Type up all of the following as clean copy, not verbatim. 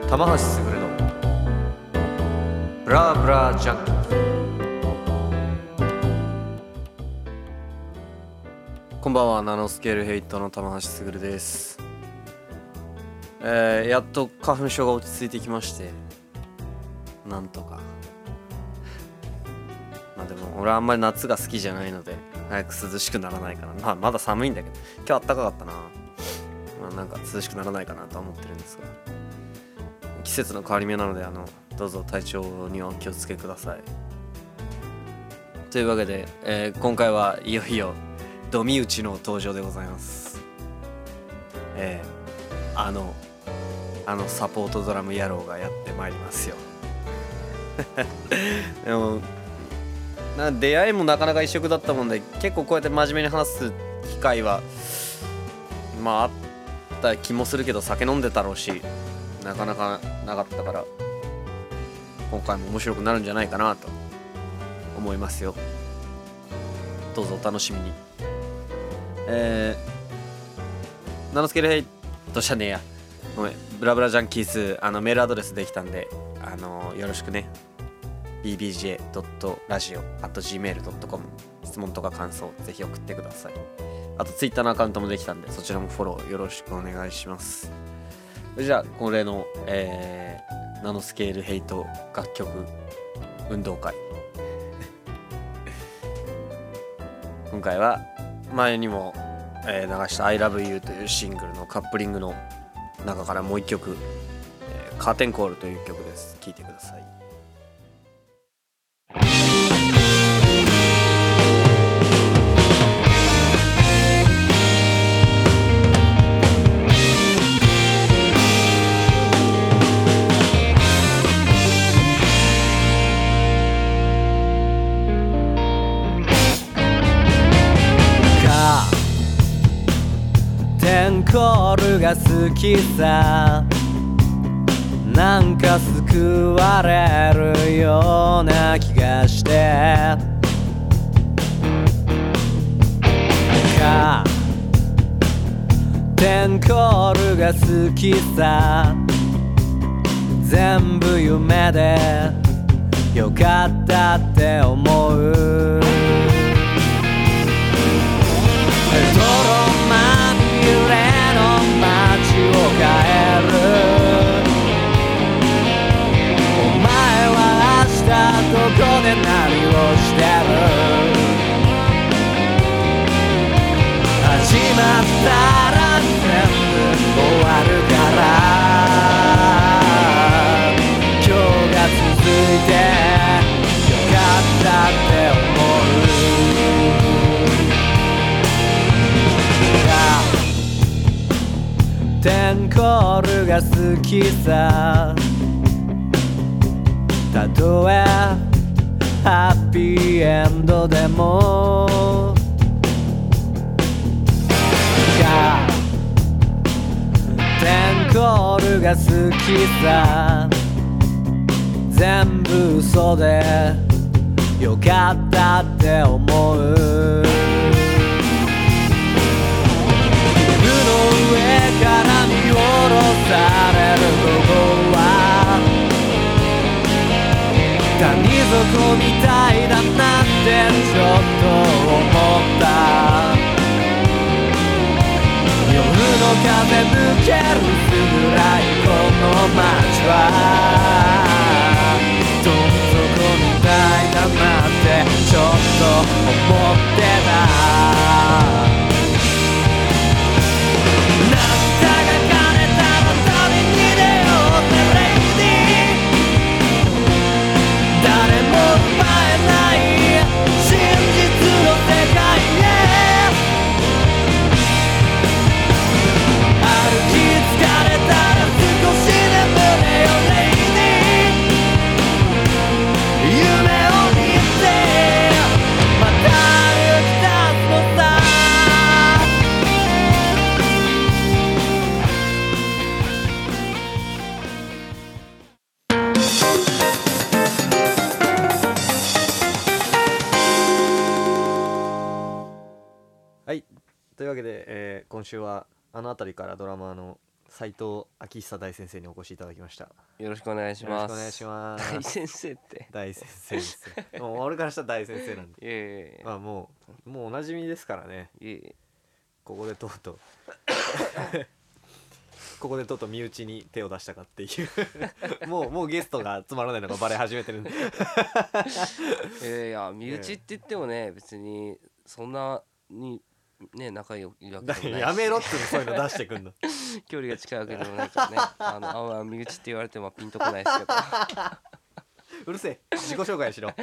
玉橋すぐるのブラブラジャンキー。こんばんは、ナノスケールヘイトの玉橋すぐるです。やっと花粉症が落ち着いてきまして、なんとか。まあでも俺はあんまり夏が好きじゃないので早く涼しくならないかな。まあまだ寒いんだけど、今日あったかかったな。まあなんか涼しくならないかなとは思ってるんですが、季節の変わり目なのでどうぞ体調にはお気をつけください。というわけで、今回はいよいよドミウチの登場でございます。サポートドラム野郎がやってまいりますよ。でも出会いもなかなか異色だったもんで、結構こうやって真面目に話す機会はまああった気もするけど、酒飲んでたろうしなかなかなかったから、今回も面白くなるんじゃないかなと思いますよ。どうぞお楽しみに。ナノスケールヘイトじゃねえや、ごめん、ブラブラジャンキーズメールアドレスできたんでよろしくね。bbj.radio@gmail.com 質問とか感想ぜひ送ってください。あとツイッターのアカウントもできたんで、そちらもフォローよろしくお願いします。じゃあ恒例の、ナノスケールヘイト楽曲運動会今回は前にも、流した I Love You というシングルのカップリングの中からもう一曲、カーテンコールという曲です。聴いてください。 コールが好きさ、なんか救われるような気がして、カーテンコールが好きさ、全部夢でよかったって思う。泥まみれの街を変える。お前は明日どこで何をしてる。始まったら全部終わるから、今日が続いてよかったって思う。テンコールが好きさ、たとえハッピーエンドでも。テンコールが好きさ、全部嘘でよかったって思う。上から見下ろされる午後は谷底みたいだなってちょっと思った。夜の風抜ける薄暗いこの街はどん底みたいだなってちょっと思ってた。 はい、というわけで、今週はあの辺りからドラマーの斉藤昭久大先生にお越しいただきました。 よろしくお願いします。 よろしくお願いします。 大先生って大先生ですよ。もう俺からしたら大先生なんで。 いえいえまあもうおなじみですからね。 いえここでとうとうここでとうとう身内に手を出したかっていうもうゲストがつまらないのがバレ始めてるんでいや身内って言ってもね、別にそんなにね仲良いわけでもないしやめろってそういうの出してくんの距離が近いわけでもないからねあんま身内って言われてもピンとこないですけどうるせえ、自己紹介しろ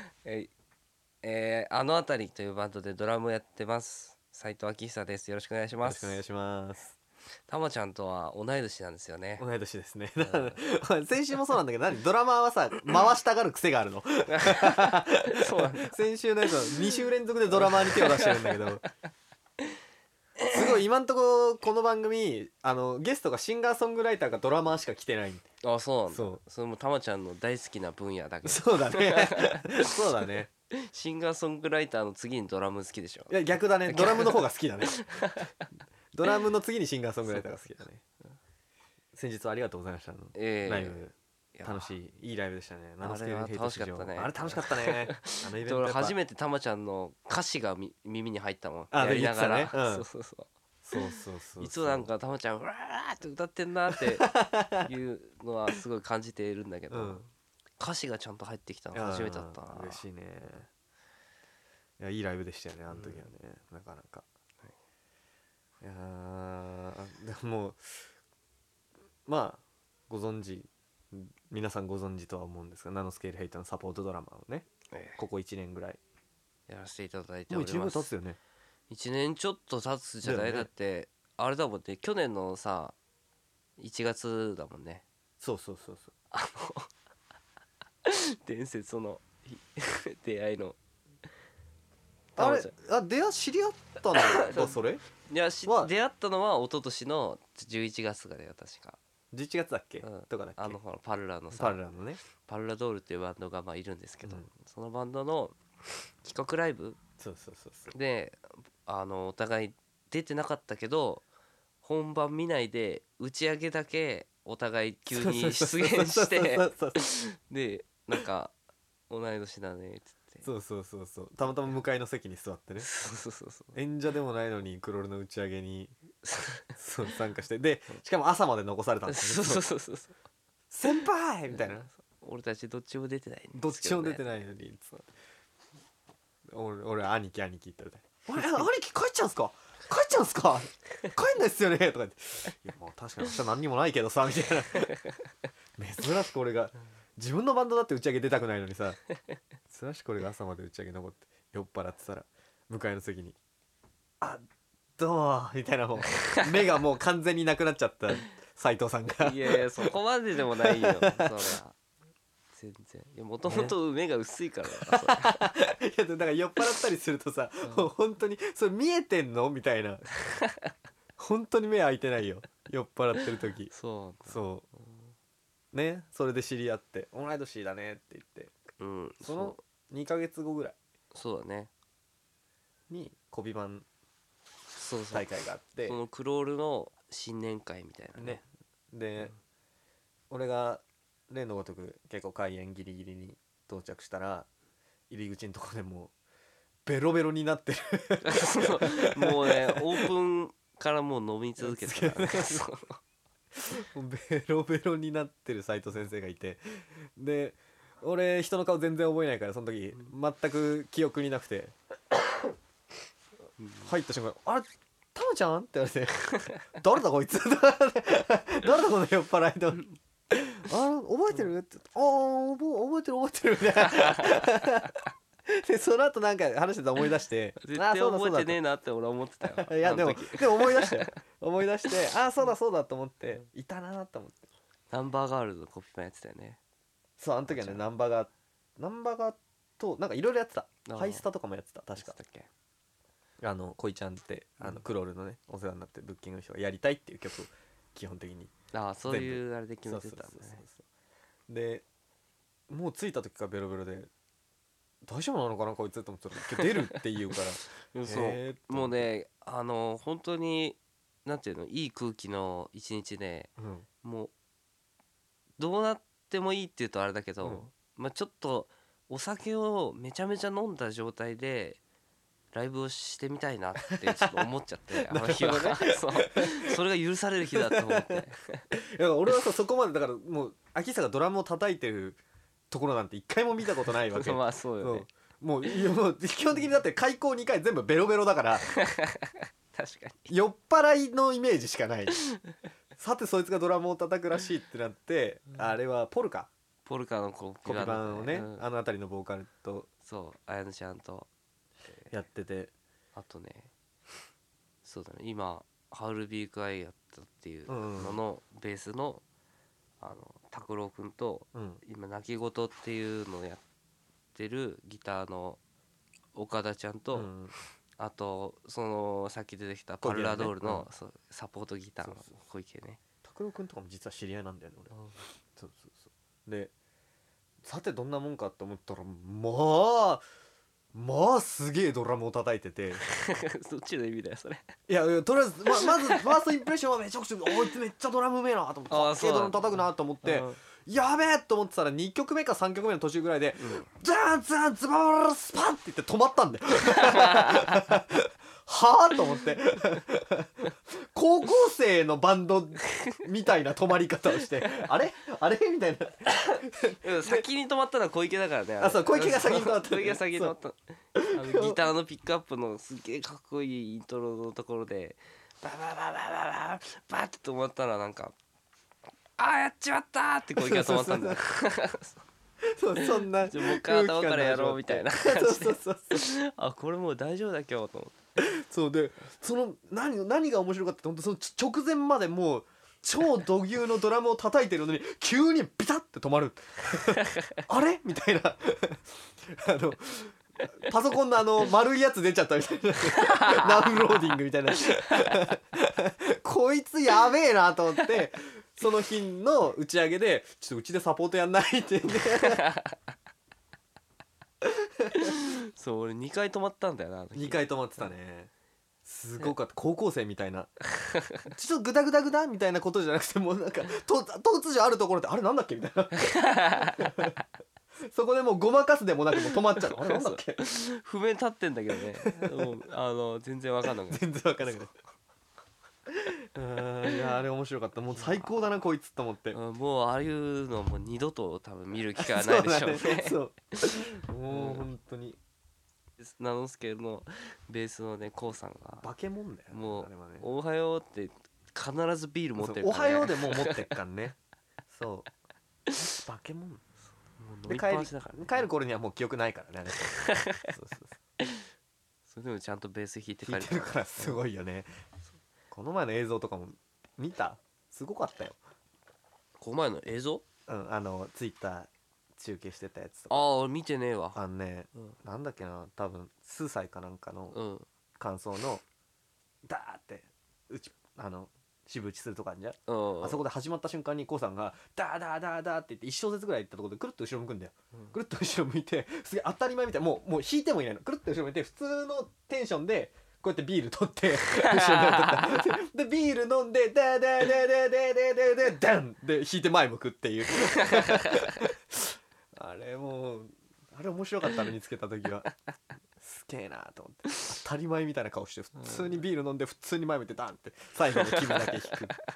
あのあたりというバンドでドラムをやってます斉藤昭久です。よろしくお願いします。 よろしくお願いします。 たまちゃんとは同い年なんですよね。 同い年ですね。先週もそうなんだけど、ドラマーはさ回したがる癖があるのそうなんだ。 先週のやつは2週連続でドラマーに手を出してるんだけどすごい今んとここの番組ゲストがシンガーソングライターかドラマーしか来てない。 あ、そうなんだ。 そう、 それもたまちゃんの大好きな分野だけど。 そうだねそうだね。 シンガーソングライターの次にドラム好きでしょ。 いや逆だね、ドラムの方が好きだねドラムの次にシンガーソングライターが好きだね。先日はありがとうございました。ライブ楽しいいいライブでしたね。 あれは楽しかったね。 あれ楽しかったねイベント俺初めてたまちゃんの歌詞が耳に入ったもん。 あ、 やりながら、 言ってたね、うん、 いつもなんかたまちゃんうわーって歌ってんなっていうのはすごい感じているんだけど、うん、歌詞がちゃんと入ってきたの初めてだったな。 嬉しいね。いやいいライブでしたよね、あの時はね、なかなか。いやでもまあご存知、皆さんご存知とは思うんですが、ナノスケールヘイトのサポートドラマをね、ここ1年ぐらいやらせていただいております。 もう1年経つよね。 1年ちょっと経つじゃない、ね、だってあれだもんね、去年のさ1月だもんね。 そう伝説の出会いのあれ知り合ったのそれいや出会ったのは一昨年の11月がね、確か 11月だっけ、とかだっけ。 ほらパルラのさ、 パルラのね、 パルラドールっていうバンドがまあいるんですけど、そのバンドの企画ライブでお互い出てなかったけど本番見ないで打ち上げだけお互い急に出現してでなんか同い年だねっつって、 そうたまたま向かいの席に座ってね演者でもないのにクロールの打ち上げに参加して、でしかも朝まで残されたんですよ。そう先輩みたいな、 俺たちどっちも出てないんですけどね、 どっちも出てないのに俺兄貴って言ったら兄貴帰っちゃうんすか帰んないっすよねとか言って、いやもう確かに明日何にもないけどさみたいな珍しく俺が自分のバンドだって打ち上げ出たくないのにさ、珍しく俺が朝まで打ち上げ残って酔っ払ってたら向かいの席にあどうもみたいな、もう目がもう完全になくなっちゃった斉藤さんがいやそこまででもないよそりゃ全然、もともと目が薄いからいやだから酔っ払ったりするとさ、もう本当にそれ見えてんのみたいな本当に目開いてないよ酔っ払ってる時。そうね、それで知り合って同い年だねって言って、その2ヶ月後ぐらいそうだねにコビバン大会があって、 そのクロールの新年会みたいなねで、俺が例のごとく結構開演ギリギリに到着したら入り口のとこでもうベロベロになってるもうねオープンからもう飲み続けてたからねベロベロになってる斉藤先生がいて、で俺人の顔全然覚えないからその時全く記憶になくて入った瞬間あれタマちゃんって言われて誰だこいつ誰だこの酔っ払いと覚えてるって覚えてるみたいなでその後なんか話してた思い出して絶対覚えてねえなって俺は思ってたよいやでも思い出してそうだと思っていたなと思って、 ナンバーガールズのコピーパンやってたよね。 そうあの時はねナンバーガーとなんかいろいろやってた、ハイスタとかもやってた確か。恋ちゃんってクロールのねお世話になってブッキングの人がやりたいっていう曲を基本的にそういうあれで決めてたんだね。 でもう着いた時からベロベロで大丈夫なのかなこいつと思ってたら出るって言うからそうもうね本当になんていうの、いい空気の一日で、 うんもうどうなってもいいっていうとあれだけど、まあちょっとお酒をめちゃめちゃ飲んだ状態でライブをしてみたいなってちょっと思っちゃってあの日は、 なるほどねそうそれが許される日だと思って。 いや俺はさそこまでだからもう秋久がドラムを叩いてるところなんて一回も見たことないわけまあそうよね。 そうもう基本的にだって開口2回全部ベロベロだから確かに。 酔っ払いのイメージしかないさてそいつがドラムを叩くらしいってなって、あれはポルカのコピー版をね、 うんあの辺りのボーカルとそう綾乃ちゃんとやってて、 あとねそうだね今ハウルビークアイやったっていうののベースの拓郎くんと、今泣き言っていうのをやってるギターの岡田ちゃんと、あとそのさっき出てきたパルラドールの、サポートギターの小池ね。 拓郎くんとかも実は知り合いなんだよね俺。そうそうそうでさてどんなもんかと思ったらまあすげえドラムを叩いててそっちの意味だよそれ。 いやとりあえず まずファーストインプレッションはめちゃくちゃおいつめっちゃドラムうめえなと思ってかっけえドラム叩くなと思って、やべえと思ってたら2曲目か3曲目の途中ぐらいでザーンザーンズバールスパンって言って止まったんだよはあと思って高校生のバンドみたいな止まり方をしてあれみたいな先に止まったのは小池だからね。 あそう小池が先に止まった小池が先に止まったギターのピックアップのすげえかっこいいイントロのところでバババババババって止まったらなんかやっちまったーって小池が止まったんだよそうそんなもう一回頭からやろうみたいな感じでそうこれもう大丈夫だ今日と思って。 そうでその何が面白かったって本当その直前までもう超ド牛のドラムを叩いてるのに急にビタッて止まるあれみたいなパソコンの丸いやつ出ちゃったみたいなダウンローディングみたいなこいつやべえなと思ってその日の打ち上げでちょっとうちでサポートやんないって言ってそう俺2回止まったんだよな 2回止まってたね。すごかった高校生みたいなちょっとグダグダグダみたいなことじゃなくてもうなんか突如あるところであれなんだっけみたいなそこでもうごまかすでもなくもう止まっちゃうあれなんだっけ譜面立ってんだけどねもう全然わかんなくなる全然わかんなくなるいやあれ面白かったもう最高だなこいつと思ってもうああいうのもう二度と多分見る機会はないでしょうねそうもう本当にナノスケのベースのねコウさんがバケモンだよねもうあれはねおはようって必ずビール持ってるおからねはようでもう持ってっかんねそうバケモンで帰る頃にはもう記憶ないからねそうそれでもちゃんとベース弾いて帰る弾いてるからすごいよねこの前の映像とかも見たすごかったよこの前の映像ツイッター中継してたやつとか俺見てねえわなんだっけな多分数歳かなんかの感想のダーって渋打ちするとかあるじゃんあそこで始まった瞬間に k o さんがダーダーダーダーって言って1小節ぐらい行ったところでくるっと後ろ向くんだよ、くるっと後ろ向いてすげえ当たり前みたいもう弾いてもいないのくるっと後ろ向いて普通のテンションでこうやってビール取って後ろに取ってでビール飲んでダーダーダーダーダーダーダーダーダンで弾いて前向くっていうあれ面白かったの見つけた時はすげえなと思って当たり前みたいな顔して普通にビール飲んで普通に前向いてダンって最後の決めだけ弾く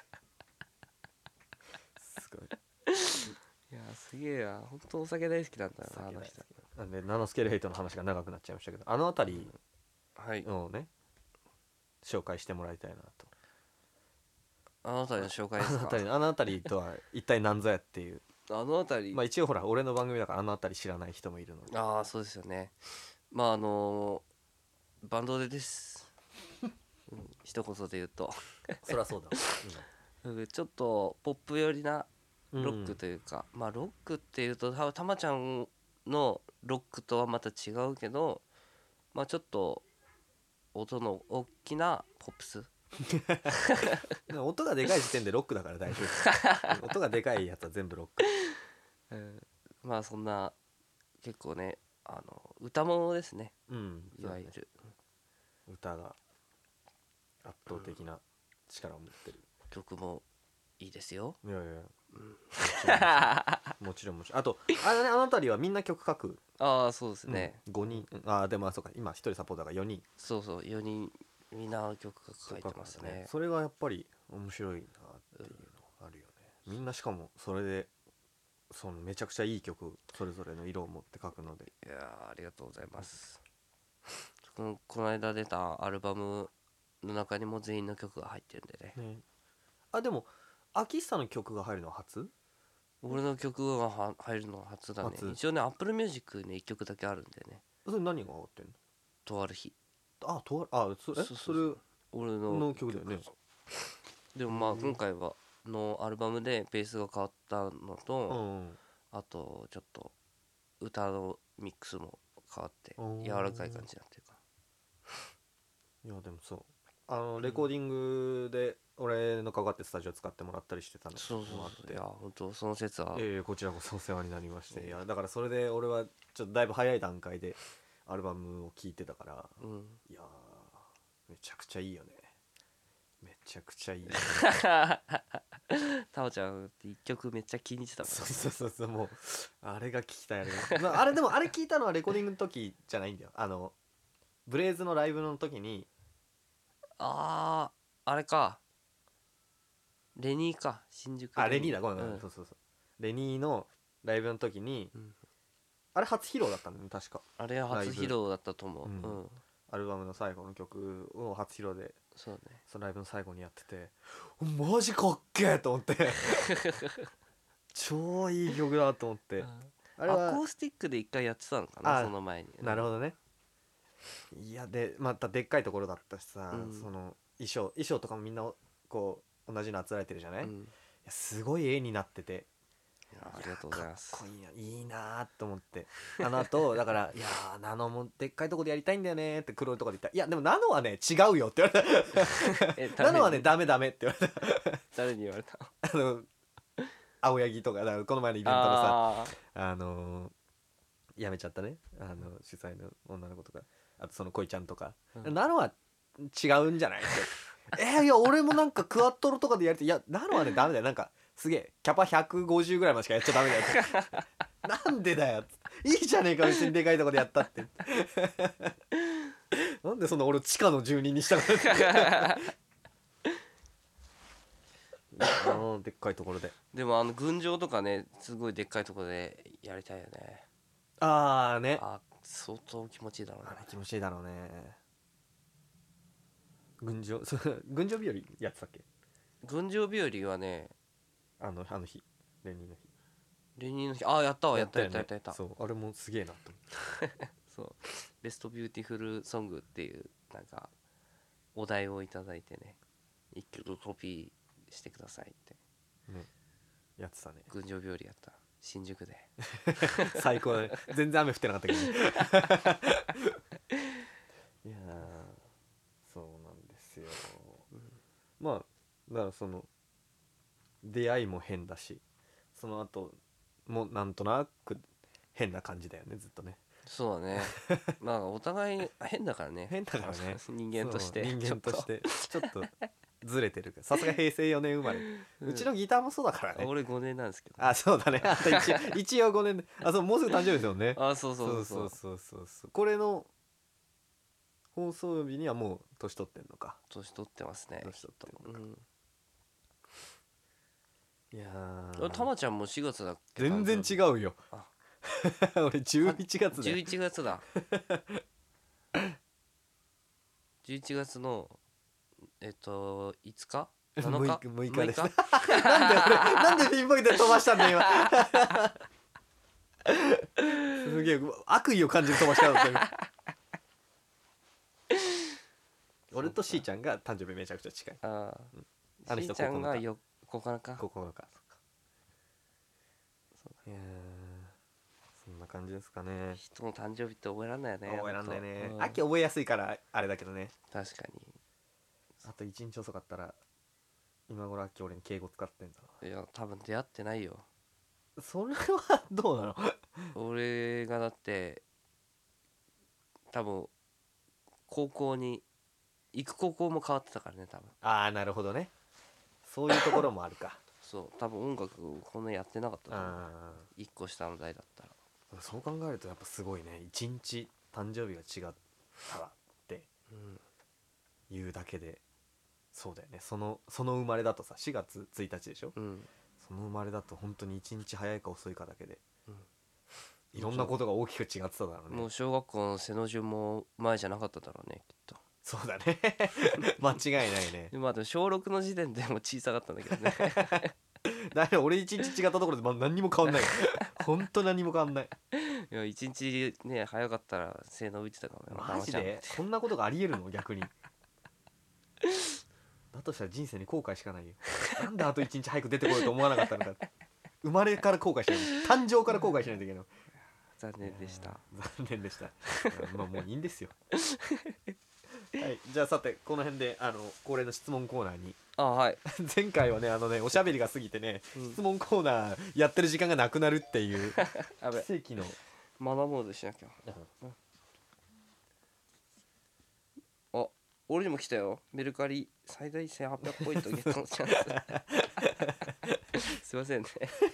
すごいいやすげえな本当お酒大好きなんだよなあの人なんでナノスケールヘイトの話が長くなっちゃいましたけどあの辺りをね、紹介してもらいたいなとあの辺りの紹介ですかあの辺りとは一体何ぞやっていうあの辺りまあ一応ほら俺の番組だからあの辺り知らない人もいるのでそうですよねまあバンドでです、一言で言うとそりゃそうだ、 ちょっとポップ寄りなロックというか、まあロックっていうとたまちゃんのロックとはまた違うけどまあちょっと音の大きなポップス音がでかい時点でロックだから大丈夫音がでかいやつは全部ロック、 まあそんな結構ね歌物ですね、いわゆる歌が圧倒的な、 力を持ってる。 曲もいいですよ。 いやいや、 うん、 もちろんあとあれね、あの辺りはみんな曲書く。 ああそうですね、 5人、ああでもそうか、今1人サポーターが4人。 そうそう、4人みんな曲書いてますね。 それがやっぱり面白いなっていうのがあるよね。みんなしかもそれでそのめちゃくちゃいい曲それぞれの色を持って書くので。 いやーありがとうございます。この間出たアルバムの中にも全員の曲が入ってるんでね。 あでも秋久の曲が入るのは初？ 俺の曲が入るのは初だね。一応ね Apple Music ね1曲だけあるんでね。 それ何が上がってんの？ とある日。 それ俺の曲だよね。 でもまあ今回はのアルバムでベースが変わったのと、あとちょっと歌のミックスも変わって柔らかい感じになってるから。 いやでもそうレコーディングで俺の関わってスタジオ使ってもらったりしてたのもあって、いや本当その説はこちらこそお世話になりまして、いやだからそれで俺はちょっとだいぶ早い段階でアルバムを聴いてたから、いやめちゃくちゃいいよね。めちゃくちゃいいよね。 タオちゃんって1曲めっちゃ気に入ってたもんね。そうもうあれが聞きたいあれでもあれ聞いたのはレコーディングの時じゃないんだよ。ブレイズのライブの時に。 あれかレニーか新宿レニーだごめん、そうレニーのライブの時に、あれ初披露だったんだよね確か。 あれは初披露だったと思う。 アルバムの最後の曲を初披露でそうね、 そのライブの最後にやっててマジかっけーと思って超いい曲だと思って、 あれはアコースティックで一回やってたのかな、その前に。 なるほどね。いやでまたでっかいところだったしさ、その衣装とかもみんなこう同じのあつられてるじゃない、いやすごい絵になってて、 ありがとうございます。 かっこいいなと思って、あの後だからいやナノもでっかいとこでやりたいんだよねって黒いとこで言ったら、いやでもナノはね違うよって言われたナノはねダメって言われた誰に言われた？ 青柳とかこの前のイベントのさ辞めちゃったね主催の女の子とか、あとその恋ちゃんとか、ナノは違うんじゃないっていや俺もなんかクワットロとかでやりたい、いやナノはねダメだよ、なんかすげえキャパ150ぐらいまでしかやっちゃダメだよってなんでだよいいじゃねえか別にでかいとこでやったってなんでそんな俺地下の住人にしたのでっかいところで。 でも群青とかねすごいでっかいところでやりたいよね。 ね相当気持ちいいだろうね。 気持ちいいだろうね。群青日和やってたっけ？ 群青日和はねあの日レニーの日やったわ、やった。 そうあれもすげえなと思ってそうベストビューティフルソングっていうなんかお題をいただいてね、一曲コピーしてくださいってねやってたね。 群青日和やった新宿で最高だね。全然雨降ってなかったけどねいやそうなんですよ、まあだからその出会いも変だし、その後もなんとなく変な感じだよねずっとね。 そうだねまあお互い変だからね人間としてちょっとずれてるから、さすが平成4年生まれ、うちのギターもそうだからね。 俺5年なんですけど、 そうだね、あと一応5年でもうすぐ誕生日ですよね。そうこれの放送日にはもう年取ってんのか。 年取ってますね。 年取ってんのか、いやたまちゃんも4月だっけ？ 全然違うよ俺11月だよ。 11月だ11月の5日 6日ですなんでピンポイントで飛ばしたんだよ今すげえ悪意を感じる飛ばし方だった俺としーちゃんが誕生日めちゃくちゃ近い。 しーちゃんが9日か。 いやそんな感じですかね。 人の誕生日って覚えらんないよね。 覚えらんないね、秋覚えやすいからあれだけどね。 確かに。 あと1日遅かったら今頃秋俺に敬語使ってんだな。 いや多分出会ってないよ。 それはどうなの俺がだって多分高校に行く高校も変わってたからね多分。 ああなるほどね、そういうところもあるか。 そう多分音楽こんなやってなかったと思う。 あ 1個下の代だったら。 あそう考えるとやっぱすごいね、一日誕生日が違ったらっていうだけで、そうだよね、その生まれだとさ4月1日でしょ、 うんその生まれだと本当に一日早いか遅いかだけで、 うんいろんなことが大きく違ってただろうね。 もう小学校の背の順も前じゃなかっただろうねきっと。 そうだね間違いないね。 でまあでも小6の時点でも小さかったんだけどねだから俺一日違ったところで、まあ、何にも変わんない本当何にも変わんない。 いや一日ね早かったら背伸びてたかもよ。 マジでそんなことがありえるの逆にだとしたら人生に後悔しかないよ。なんであと一日早く出てこようと思わなかったのか。生まれから後悔しない誕生から後悔しないといけないの。 残念でした。 残念でしたまあもういいんですよはいじゃあさてこの辺で恒例の質問コーナーにあはい前回はねおしゃべりが過ぎてね、 うん質問コーナーやってる時間がなくなるっていうやべ奇跡の学ぼうとしなきゃ。あ俺にも来たよ。メルカリ最大1800ポイントゲットのチャンスすいませんね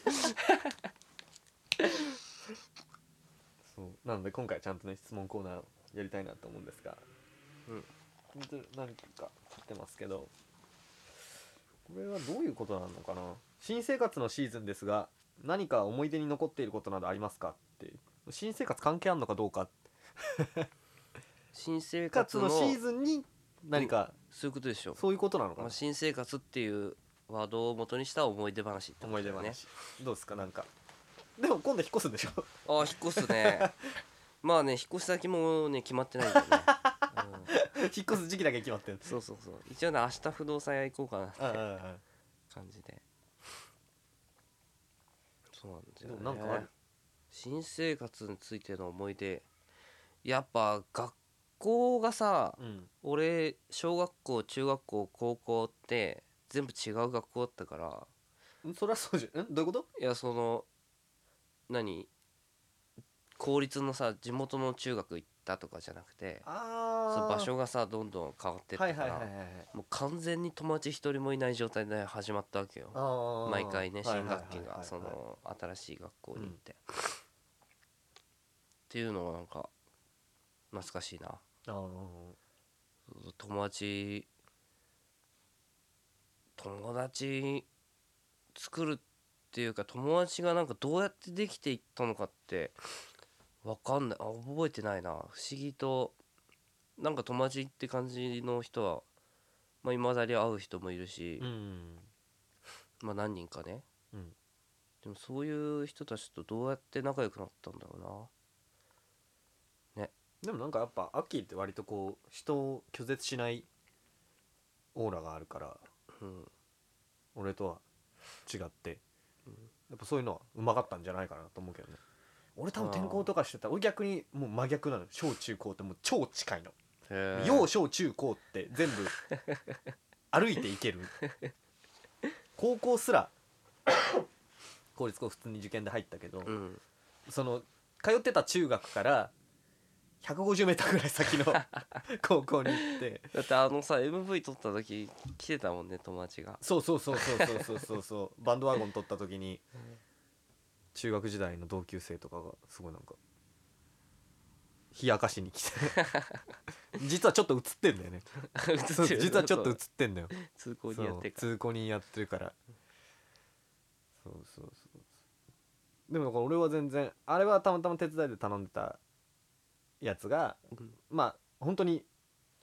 そうなので今回ちゃんとね質問コーナーをやりたいなと思うんですが、何か来てますけど、これはどういうことなのかな。新生活のシーズンですが何か思い出に残っていることなどありますかっていう。新生活関係あるのかどうか。 新生活活ののシーズンに何か、 そういうことでしょ。 そういうことなのかな。 まあ、新生活っていうワードを元にした思い出話ってことだよね。 思い出話、どうですか。なんかでも今度引っ越すんでしょああ引っ越すねまあね引っ越し先もね決まってないんだよね、 引っ越す時期だけ決まってる。 そうそうそう一応ね明日不動産屋行こうかなってあ感じで。そうなんですよね。 でもなんかある。 新生活についての思い出、やっぱ学校がさ、俺小学校中学校高校って全部違う学校だったから。 そりゃそうじゃん。どういうこと。 いやその何公立のさ地元の中学行ったとかじゃなくて、その場所がさどんどん変わってったから、もう完全に友達一人もいない状態で始まったわけよ。毎回ね新学期がその新しい学校に行って、っていうのはなんか懐かしいな。友達作るっていうか、友達がなんかどうやってできていったのかってわかんない。覚えてないな。不思議となんか友達って感じの人はまあ未だに会う人もいるし、まあ何人かね、でもそういう人たちとどうやって仲良くなったんだろうなね。 でもなんかやっぱアッキーって割とこう人を拒絶しないオーラがあるから、俺とは違って、やっぱそういうのはうまかったんじゃないかなと思うけどね。俺多分転校とかしてたら、俺逆にもう真逆なの。小中高ってもう超近いの。幼小中高って全部歩いていける高校すら公立高普通に受験で入ったけど、その通ってた中学から150メーターぐらい先の高校に行って、 だってさ MV 撮った時来てたもんね友達が。 そうバンドワゴン撮った時に中学時代の同級生とかがすごいなんか冷やかしに来て実はちょっと映ってんだよね実はちょっと映ってんだよ。 通行にやってるから。 通行にやってるから。そうでも俺は全然あれはたまたま手伝いで頼んでたやつが、まあ本当に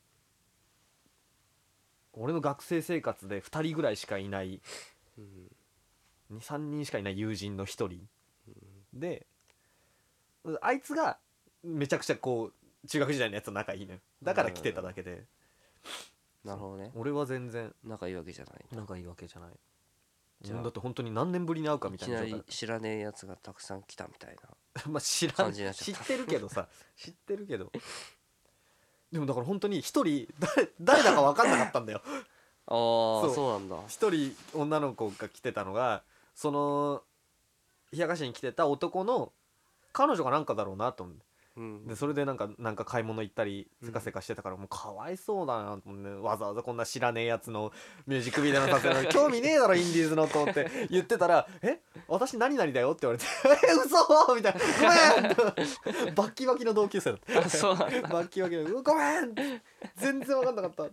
俺の学生生活で2人ぐらいしかいない、2,3 人しかいない友人の1人で、あいつがめちゃくちゃこう中学時代のやつと仲いいのよ。だから来てただけで。 なるほどね。 俺は全然仲いいわけじゃない。 仲いいわけじゃない。 じゃあだって本当に何年ぶりに会うかみたいな状態。 いきなり知らねえやつがたくさん来たみたいなまあ知ってるけどさ知ってるけどでもだから本当に一人誰だか分かんなかったんだよそうなんだ。 一人女の子が来てたのが、その冷やかしに来てた男の彼女がなんかだろうなと思って、 でそれでなんか買い物行ったりせかせかしてたから、もうかわいそうだなと思って、ね、わざわざこんな知らねえやつのミュージックビデオの撮影の興味ねえだろインディーズのとって言ってたら私何々だよって言われて嘘みたいなごめんバッキバキの同級生だったそうなんだバッキバキのごめん全然分かんなかった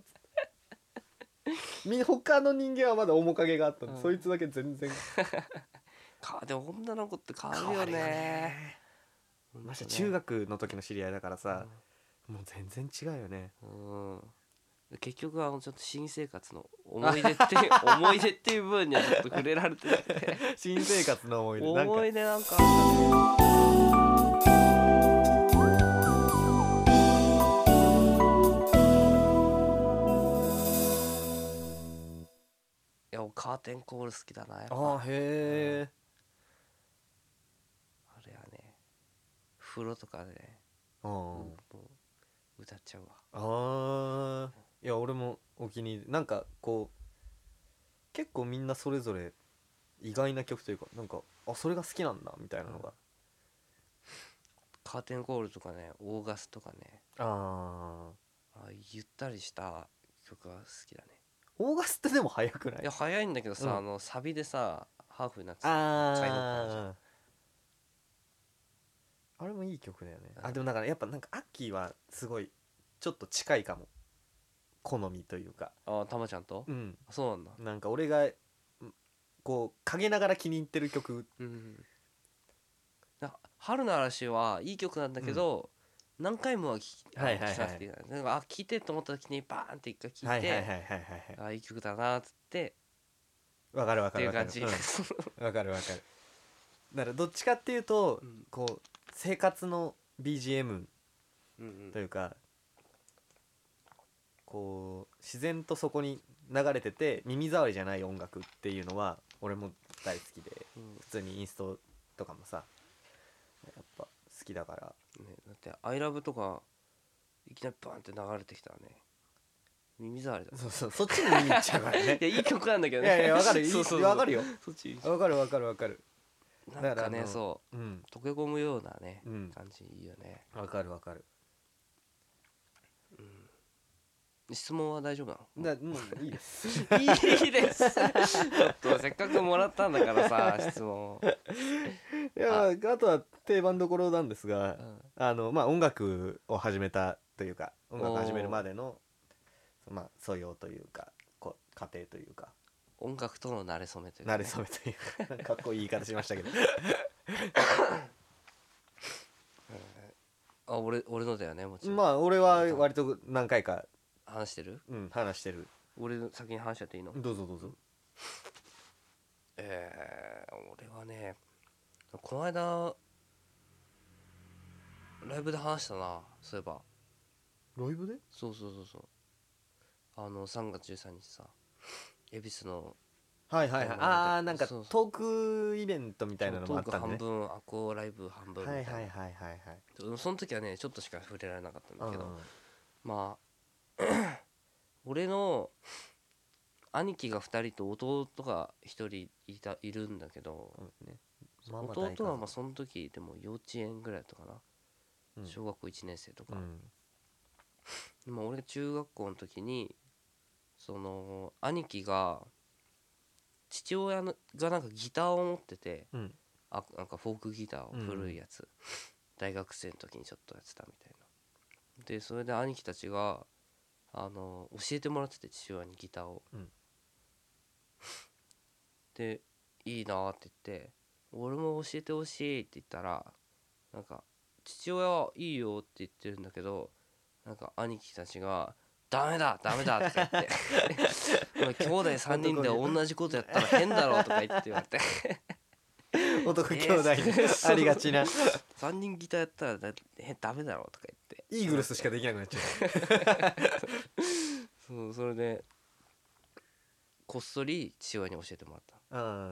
他の人間はまだ面影があったの、そいつだけ全然でも女の子って変わるよね。 まして中学の時の知り合いだからさ、もう全然違うよね。 結局ちょっと新生活の思い出っていう思い出っていう部分にはちょっと触れられてなくて新生活の思い出思い出なんかいやカーテンコール好きだなやっぱ。 へえ、 あれはね風呂とかでねもう歌っちゃうわ。 いや俺もお気に入りなんかこう結構みんなそれぞれ意外な曲というかなんかそれが好きなんだみたいなのが、 カーテンコールとかねオーガスとかねゆったりした曲が好きだね。 オーガスってでも速くない？ いや速いんだけどさ、サビでさハーフになってあれもいい曲だよね。でもだからやっぱなんかアッキーはすごいちょっと近いかも、好みというか。 たまちゃんと？そうなんだ。 なんか俺がこう陰ながら気に入ってる曲、 春の嵐はいい曲なんだけど、何回もは聴かなくていいなんか聴いてと思った時にバーンって一回聴いていい曲だなっつってわかるっていう感じ。 わかるだからどっちかっていうと、こう生活の BGM というか、こう自然とそこに流れてて耳障りじゃない音楽っていうのは俺も大好きで、普通にインストとかもさやっぱ好きだから、 だって「ILOVE」とかいきなりバーンって流れてきたらね耳障りだ。 そっちに耳いっちゃうからねいやいい曲なんだけどね。いやわかるわかるよ。 そっちわかるなんかねそう溶け込むようなね感じいいよね。 わかる質問は大丈夫なの？ もういいですいいですちょっとせっかくもらったんだからさ質問。 いやあとは定番どころなんですが、音楽を始めたというか音楽を始めるまでの素養というか過程というか音楽との馴れ初めというか、 馴れ初めというかかっこいい言い方しましたけど俺のだよねもちろん。 俺は割と何回か話してる？ 話してる。 俺先に話しちゃっていいの？ どうぞ俺はねこの間ライブで話したな。そういえばライブで？ そう3月13日さ恵比寿のなんかトークイベントみたいなのもあったんで、 トーク半分アコーライブ半分みたいな。その時はねちょっとしか触れられなかったんだけど、俺の兄貴が2人と弟が1人いるんだけど、弟はその時でも幼稚園ぐらいだったかな、小学校1年生とか、俺が中学校の時にその兄貴が父親がなんかギターを持ってて、なんかフォークギターを古いやつ、大学生の時にちょっとやってたみたいな。でそれで兄貴たちが教えてもらってて父親にギターを、でいいなって言って俺も教えてほしいって言ったらなんか父親はいいよって言ってるんだけどなんか兄貴たちがダメだとか言って兄弟3人で同じことやったら変だろとか言って言われて男兄弟にありがちな 3人ギターやったらダメだろとか言ってイーグルスしかできなくなっちゃうそれでこっそり父親に教えてもらった。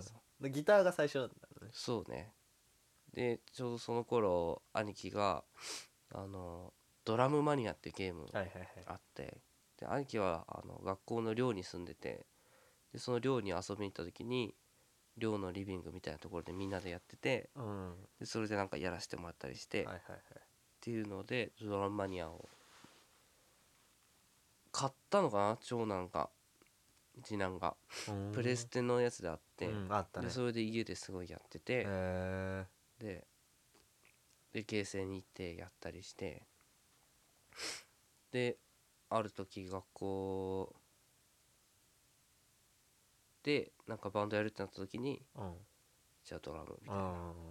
ギターが最初なんだね。 そうね。でちょうどその頃兄貴がドラムマニアっていうゲームあって、で兄貴は学校の寮に住んでて、でその寮に遊びに行った時に寮のリビングみたいなところでみんなでやってて、でそれでなんかやらせてもらったりして、ってっていうのでドラムマニアを買ったのかな、長男か次男がプレステのやつであって、 あったね。 でそれで家ですごいやってて、でゲーセンに行ってやったりして、である時学校でなんかバンドやるってなった時に、じゃあドラムみたいな、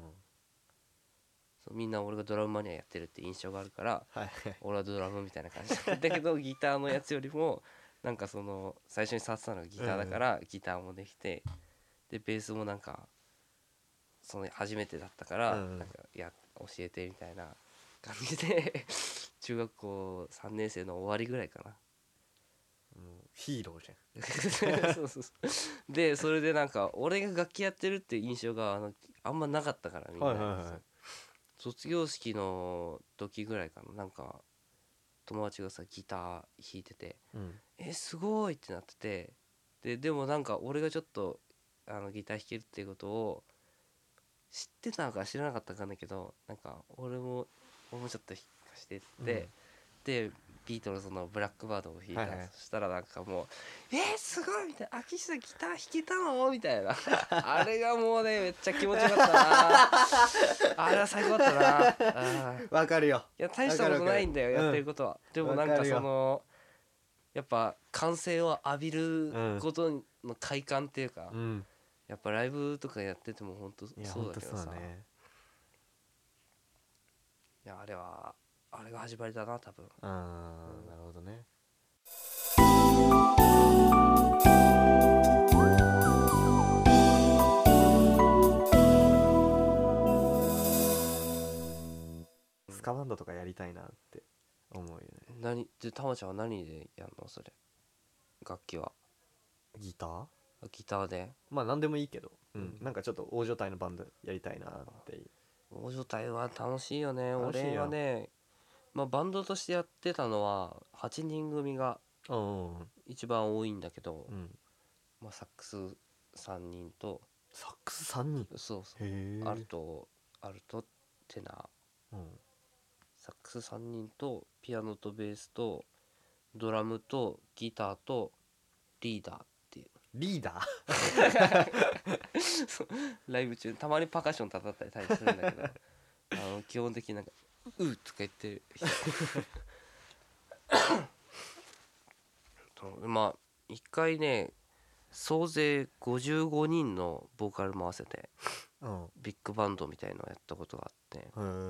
そうみんな俺がドラムマニアやってるって印象があるから、俺はドラムみたいな感じだけどギターのやつよりもなんかその最初に触ってたのがギターだから、ギターもできて、でベースもなんかその初めてだったから、なんか教えてみたいな感じで中学校3年生の終わりぐらいかな、 ヒーローじゃん。 そうそうそうでそれでなんか俺が楽器やってるっていう印象があんまなかったから、みんな、卒業式の時ぐらいかな、なんか友達がさギター弾いてて、すごいってなってて、でもなんか俺がちょっとギター弾けるっていうことを知ってたのか知らなかったかんだけど、なんか俺もちょっと弾かしてって、でビートルズのブラックバードを弾いた、そしたらなんかもうすごいみたいな、秋下ギター弾けたのみたいなあれがもうねめっちゃ気持ちよかったなあれは最高だったな。 わかるよ。 いや大したことないんだよ、やってることは。でもなんかそのやっぱ歓声を浴びることの快感っていうか、やっぱライブとかやってても本当そうだけどさ、いやあれが始まりだな多分。 なるほどね。スカバンドとかやりたいなって思うよね。 たまちゃんは何でやんのそれ、楽器は？ ギター？ ギターでまあ何でもいいけど、なんかちょっと大所帯のバンドやりたいなっていう。 大所帯は楽しいよね。俺はね、バンドとしてやってたのは8人組が一番多いんだけど、サックス3人と、 サックス3人？ そうそう、アルトテナー、サックス3人とピアノとベースとドラムとギターとリーダーっていう。 リーダーライブ中たまにパーカッション叩ったりするんだけど基本的になんか「う」とか言ってる一回ね総勢55人のボーカルも合わせてビッグバンドみたいのをやったことがあって、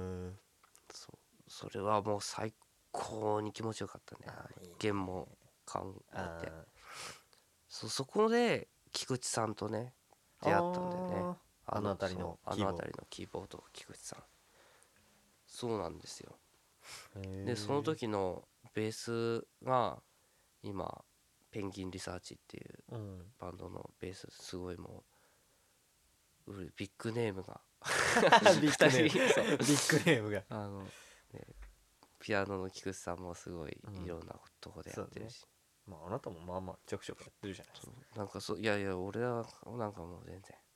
それはもう最高に気持ちよかったね。弦も感あって、そこで菊池さんとね出会ったんだよね。あの辺りのキーボード菊池さん、そうなんですよ。でその時のベースが今ペンギンリサーチっていうバンドのベース、すごいもうビッグネームがビッグネームがピアノの菊池さんもすごいいろんなとこでやってるし、 あなたもまあまあちょくちょくやってるじゃないですか。 なんかいや俺はなんかもう全然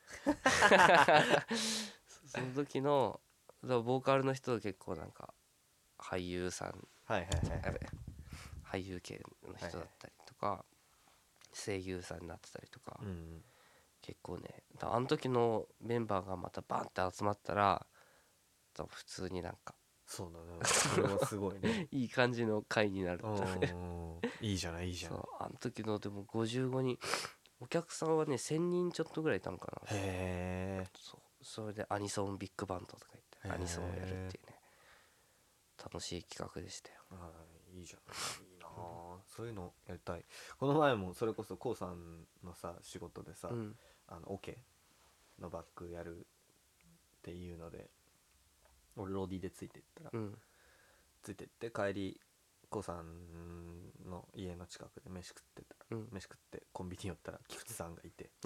その時のボーカルの人は結構なんか俳優さん、俳優系の人だったりとか、声優さんになってたりとか、結構ね、あの時のメンバーがまたバンって集まったら普通になんかそうだね、それはすごいねいい感じの回になるいいじゃないいいじゃない。 あの時のでも55人お客さんはね1000人ちょっとぐらいいたのかな。 へえ。 それでアニソンビッグバンドとか言ってアニソンをやるっていうね、楽しい企画でしたよ。 いいじゃん、いいな、そういうのやりたい。この前もそれこそ KOO さんのさ仕事でさ、オケのバックやるっていうので俺ローディーでついてったら、ついてって帰りKOOさんの家の近くで飯食ってたら、飯食ってコンビニ寄ったら菊池さんがいて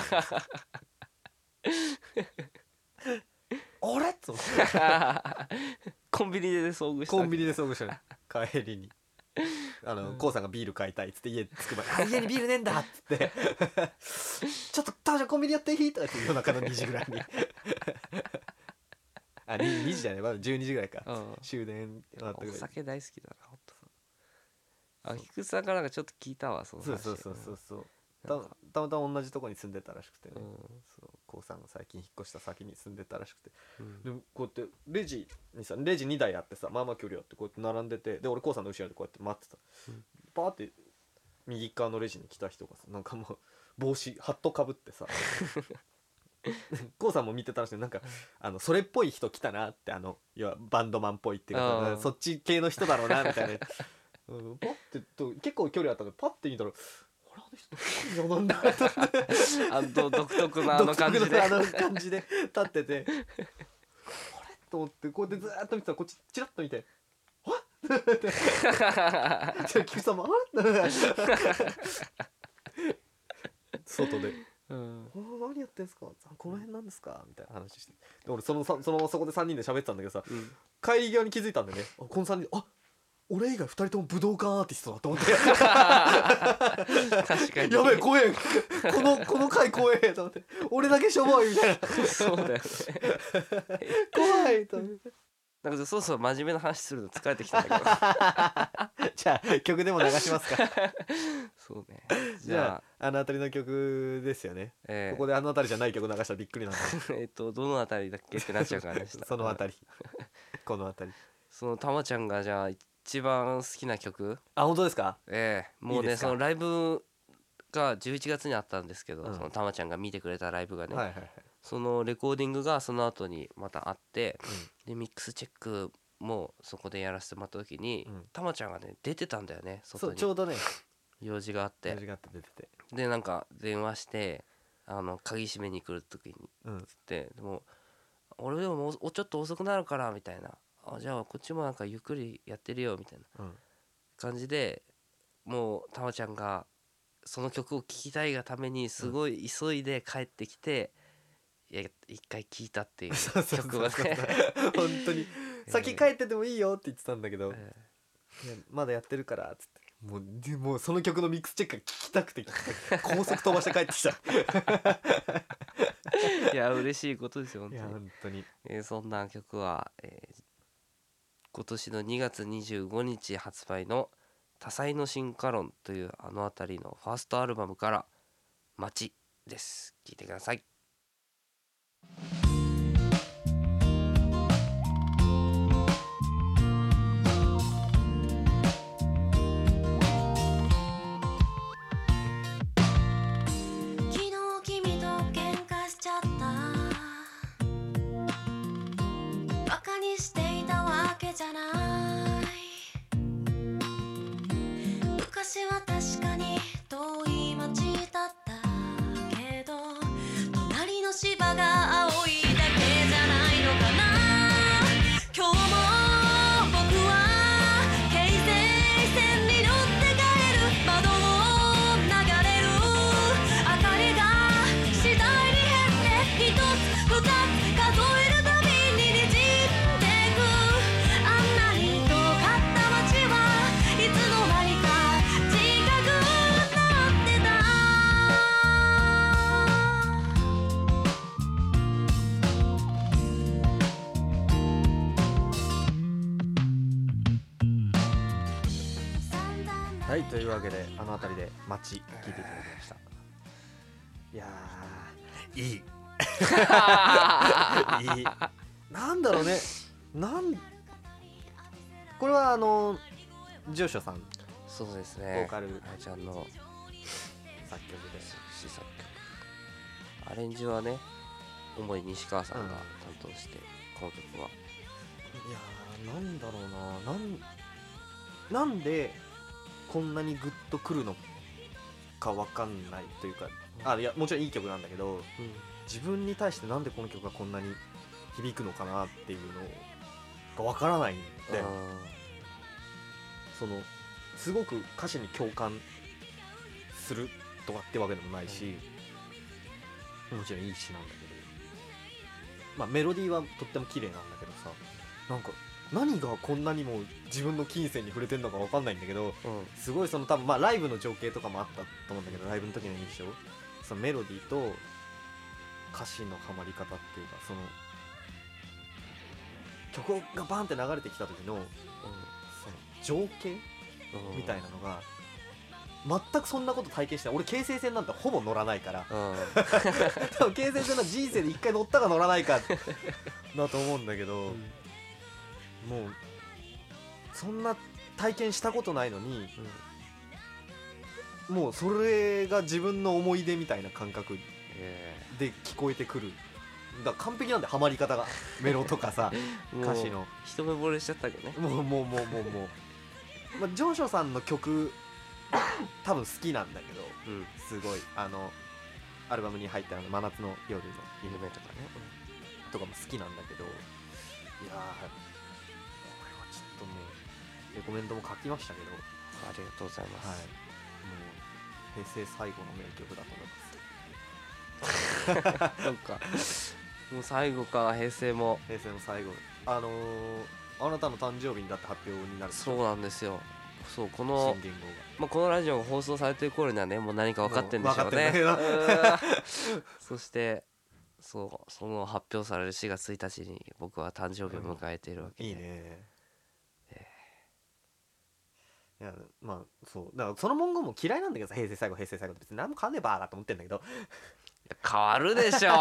あれっつってコンビニで遭遇した。 コンビニで遭遇したね帰りにKOOさんがビール買いたいっつって家着く前家にビールねえんだっつってちょっとタオちゃんコンビニやっていいとかって夜中の2時ぐらいに 2時じゃない、まだ12時ぐらいか、 うん終電あったぐおらい。 酒大好きだなほんと。あ菊池さんからなんかちょっと聞いたわその話。 そうたなんかたまたま同じとこに住んでたらしくてね、 うんそうこうさんが最近引っ越した先に住んでたらしくて、 うんでもこうやってレジ2台あってさ、まあまあ距離あってこうやって並んでて、で俺こうさんの後ろでこうやって待ってた、 うんパーって右側のレジに来た人がさ、なんかもう帽子ハットかぶってさこうさんも見てたらしい、なんかそれっぽい人来たなって、要はバンドマンっぽいっていうかうんそっち系の人だろうなみたいなパッて結構距離あったからパッて見たら、あれあの人なんだ独特なあの感じで独特なあの感じで立っててあれと思って、こうやってずーっと見てたらこっちチラッと見て「あっ!」じゃあ菊さんも「あれ?」外でうん何やってんすか、この辺なんですかみたいな話して、で俺そこで3人で喋ってたんだけどさ、 うん帰り際に気づいたんだよね、この3人俺以外2人とも武道館アーティストだと思って確かにやべえ怖えこの回怖えと思って、俺だけしょぼいみたいなそうだよね怖いと思ってなんかそうそう真面目な話するの疲れてきたんだけどじゃあ曲でも流しますかそうねじゃあ辺りの曲ですよね、ここで辺りじゃない曲流したらびっくりなんでどの辺りだっけってなっちゃうからねその辺りこの辺りそのたまちゃんがじゃあ一番好きな曲、 本当ですか。 もうねいいですかそのライブが11月にあったんですけど、 うんそのたまちゃんが見てくれたライブがね、 はいはいはい、 そのレコーディングがその後にまたあって、でミックスチェックもそこでやらせてもらった時に、たまちゃんがね出てたんだよねそ外にうちょうどね用事があって用事があって出てて、 でなんか電話して鍵閉めに来る時にうんつってでも俺でももうちょっと遅くなるからみたいな、じゃあこっちもなんかゆっくりやってるよみたいなうん感じで、もうたまちゃんがその曲を聴きたいがためにすごい急いで帰ってきて、一回聴いたっていう曲がね本当に先帰っててもいいよって言ってたんだけど、いやまだやってるからっつってもうその曲のミックスチェックが聞きたくて高速飛ばして帰ってきたいや嬉しいことですよ本いや当に。 本当にそんな曲は、今年の2月25日発売の多彩の進化論という辺りのファーストアルバムから街です。聴いてください。 昨日君と喧嘩しちゃったバカにしていたわけじゃない昔は確かに遠い街だったけど隣の芝が青いだけじゃないのかな今日も僕は京成線に乗って帰る窓を流れる明かりが次第に減って一つ二つ数えるたびに滲んでくあんなに遠かった街はいつの間にか近くなってたはい、というわけで辺りで街聞いていただきました。いやーいいいいなんだろうね、これは住所さんそうですボーね。 カルあちゃんの作曲で、 詩作曲アレンジはね主に西川さんが担当して、この曲はいやーなんだろうな、なんでこんなにグッとくるのかわかんないというか、いやもちろんいい曲なんだけど、自分に対してなんでこの曲がこんなに響くのかなっていうのがわからないんで、そのすごく歌詞に共感するとかってわけでもないし、もちろんいい詩なんだけど、メロディーはとっても綺麗なんだけどさ、なんか何がこんなにも自分の金銭に触れてんのかわかんないんだけど、すごいその多分ライブの情景とかもあったと思うんだけど、ライブの時の印象、そのメロディーと歌詞のハマり方っていうか、その曲がバンって流れてきた時のその情景みたいなのが全くそんなこと体験してない。俺京成線なんてほぼ乗らないから多分京成線の人生で一回乗ったか乗らないかだと思うんだけど、もうそんな体験したことないのに、もうそれが自分の思い出みたいな感覚で聞こえてくる。だから完璧なんで、ハマり方がメロとかさ歌詞の一目惚れしちゃったけどね。 もうまあ、ジョンショさんの曲多分好きなんだけど、すごいアルバムに入った真夏の夜の夢とかね、とかも好きなんだけど、いやー、これはちょっともうレコメンドも書きましたけど、 ありがとうございます。 はい、もう平成最後の名曲だと思います。 そうか。もう最後か、平成も最後、あなたの誕生日にだって発表になる。 そうなんですよ。そう、この新元号が、 まあ、このラジオが放送されてる頃にはね、もう何か分かってるんでしょうね。そしてその発表される4月1日に僕は誕生日を迎えているわけで、 いいね。いや、まあそうだから、その文言も嫌いなんだけどさ、平成最後って別に何も変わんねえバーガーと思ってんだけど変わるでしょ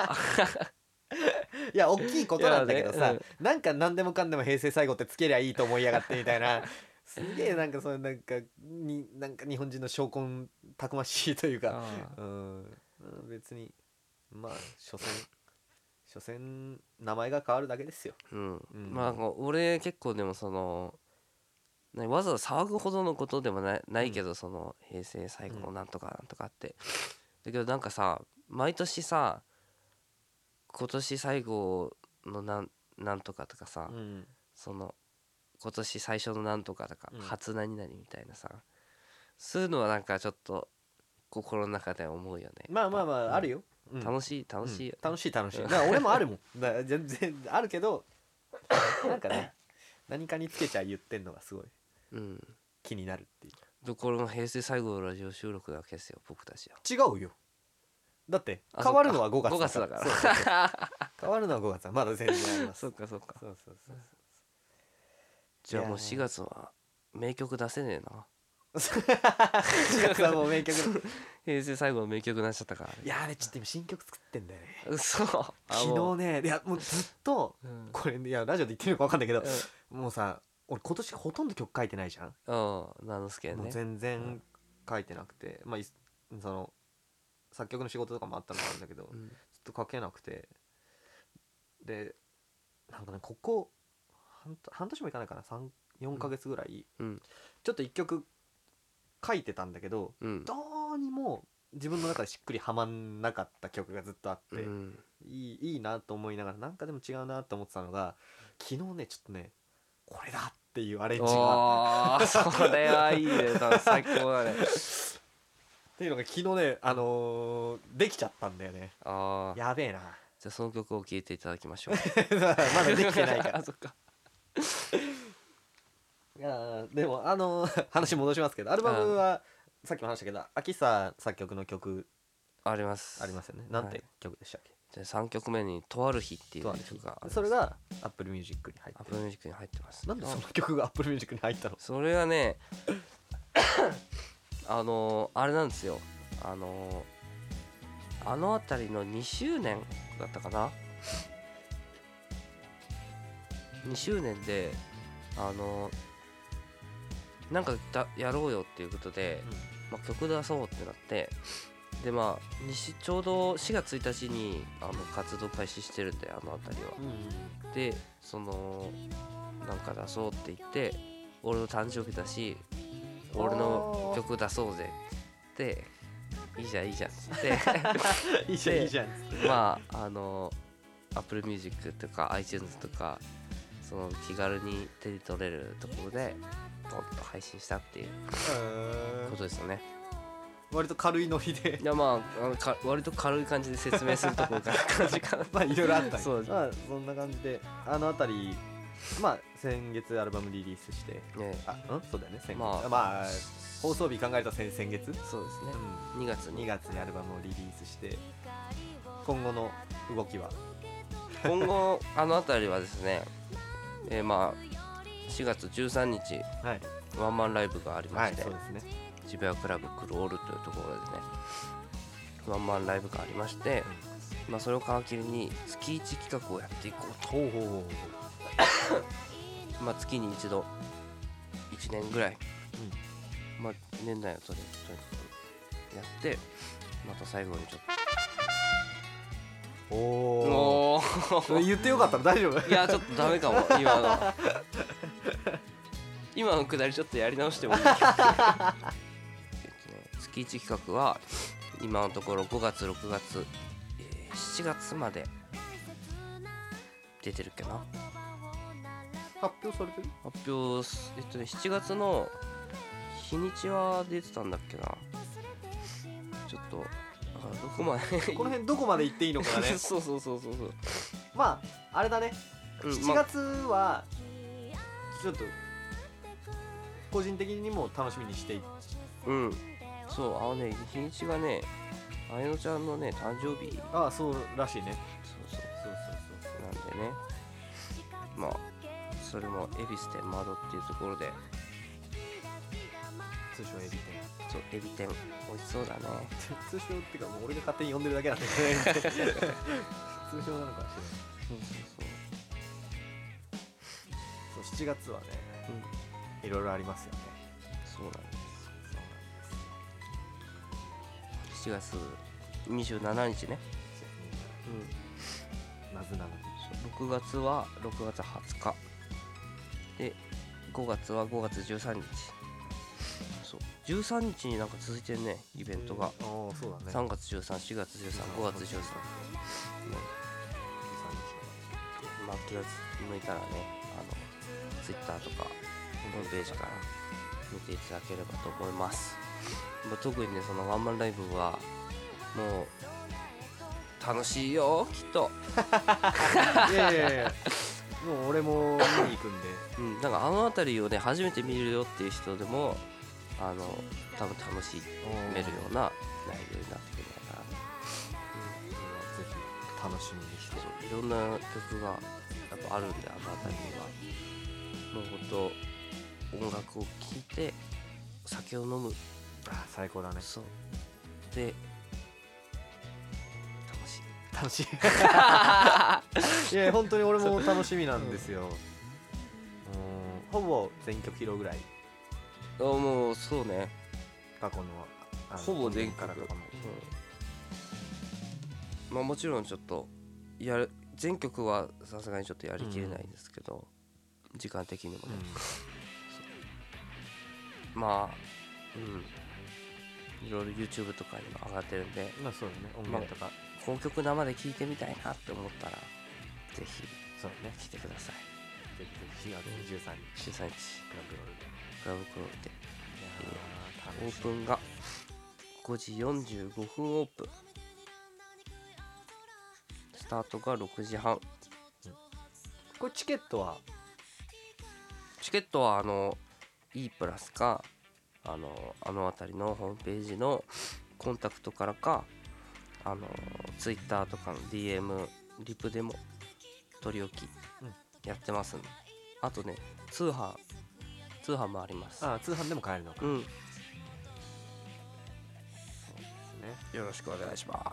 いや大きいことなんだけどさ、 いやね、 なんか何でもかんでも平成最後ってつけりゃいいと思いやがってみたいなすげえなんかそういうなんか日本人の証拠たくましいというか、別にまあ所詮名前が変わるだけですよ。 まあ俺結構でもそのわざわざ騒ぐほどのことでもないけど、その平成最後のなんとかなんとかって、だけどなんかさ、毎年さ、今年最後のなんとかとかさ、その今年最初のなんとかとか、初何々みたいなさ、そういうのはなんかちょっと心の中で思うよね。 まああるよ、 楽しいよね。 楽しいだから俺もあるもんだから全然あるけどなんかね、何かにつけちゃ言ってんのがすごい気になるっていう。 これも平成最後のラジオ収録なわけですよ、僕たちは。 違うよ、だって変わるのは5月だからそう変わるのは5月はまだ全然あります。 そうかそうじゃあもう4月は名曲出せねえな。 4月はもう名曲平成最後の名曲になっちゃったから。 いやちょっと今新曲作ってんだよね。 嘘。 昨日ね、いやもうずっとこれ、いやラジオで言ってるのか分かんないけど、もうさ、俺今年ほとんど曲書いてないじゃん。 ナノスケね。 もう全然書いてなくて、まあその作曲の仕事とかもあったのもあるんだけど、ずっと書けなくて、でなんかね、ここ半年もいかないかな、3-4ヶ月ぐらい、ちょっと1曲書いてたんだけど、どうにも自分の中でしっくりはまんなかった曲がずっとあって、いいなと思いながら、なんかでも違うなと思ってたのが、昨日ねちょっとね、これだっていうアレンジがそれはいいね、最高だねっていうのが昨日ね、できちゃったんだよね。やべえな。 じゃあその曲を聴いていただきましょうまだできてないからそっか。 いやでも話戻しますけど、アルバムはさっきも話したけど、秋久作曲の曲ありますよね。なんて曲でしたっけ？ で3曲目に「とある日」っていう曲がある。 それが Apple Music に入ってる。 Apple Music に入ってます。 なんでその曲が Apple Music に入ったの？ それがねあれなんですよ、あの辺りの2周年だったかな、2周年でなんかやろうよっていうことで、曲出そうってなって、でまあちょうど4月1日に活動開始してるんで、あの辺りは、でなんか出そうって言って、俺の誕生日だし俺の曲出そうぜっていいじゃんっつっていいじゃんまあApple Music とか iTunes とかその気軽に手に取れるところでポンと配信したっていうことですよね。 割と軽いノリで、 いやまあ割と軽い感じで説明するところから感じかなまあいろいろあったそう、 まあそんな感じで、あの辺りまあ先月アルバムリリースして、そうだよね、先月、まあ放送日考えた先月、 そうですね、2月にアルバムをリリースして、今後の動きは今後あの辺りはですね、 まあ4月13日はいワンマンライブがありまはいして、 そうですね。 渋谷クラブクロールというところでねワンマンライブがありまして、まあ、それを皮切りに月1企画をやっていこうと。 ほうほうほう。 まあ月に一度1年ぐらい、まあ年内をとにかくやってまた最後にちょっおとおお言ってよかったの大丈夫？ いやちょっとダメかも今のくだりちょっとやり直してもいい月1企画は今のところ5月6月、7月まで出てるっけな。 発表されてる？ 発表7月の日にちは出てたんだっけな。ちょっとどこまでこの辺どこまで行っていいのかがねそうまああれだね、7月はちょっと個人的にも楽しみにしていうんそう日にちがねあやのちゃんのね誕生日ああそうらしいね。 そうなんでねまあそれも恵比寿天窓っていうところで通称エビ天。 そうエビ天美味しそうだね。 通称っていうかもう俺が勝手に呼んでるだけなんだけどね通称なのかもしれない。そう7月はねいろいろありますよね。 そうなんです7月27日ね。 なぜなのに 6月は6月20日で5月は5月13日。そう13日になんか続いてるねイベントが。 ああそうだね。 3月13、4月13、5月13、ね、まあ気が向いたらねTwitter とかホームページから見ていただければと思います。まあ、特にねそのワンマンライブはもう楽しいよきっといやいやいやもう俺も見に行くんで、 なんか辺りをね初めて見るよっていう人でも多分楽しめるような内容になってくるのかな。 ぜひ楽しみにして。 そういろんな曲がやっぱあるんで辺りにはもうほんと音楽を聴いて酒を飲む。 あ最高だね。 そうで楽しいいや本当に俺も楽しみなんですよ。ほぼ全曲披露ぐらい。 もうそうね過去のほぼ全曲からとかも、 まあもちろんちょっと全曲はさすがにちょっとやりきれないんですけど、時間的にもね、まあいろいろ YouTube とかにも上がってるんで、 まあそうだね音源とか、 この曲生で聴いてみたいなって思ったらぜひそうね来てください。 ぜひ4月13日 13日クラブクロールでオープンが5時45分オープン、スタートが6時半。 これチケットは E プラスかあの辺りのホームページのコンタクトからかTwitter とかの DM リプでも取り置きやってますんで、あとね通販もあります。 通販でも買えるのか。 よろしくお願いします。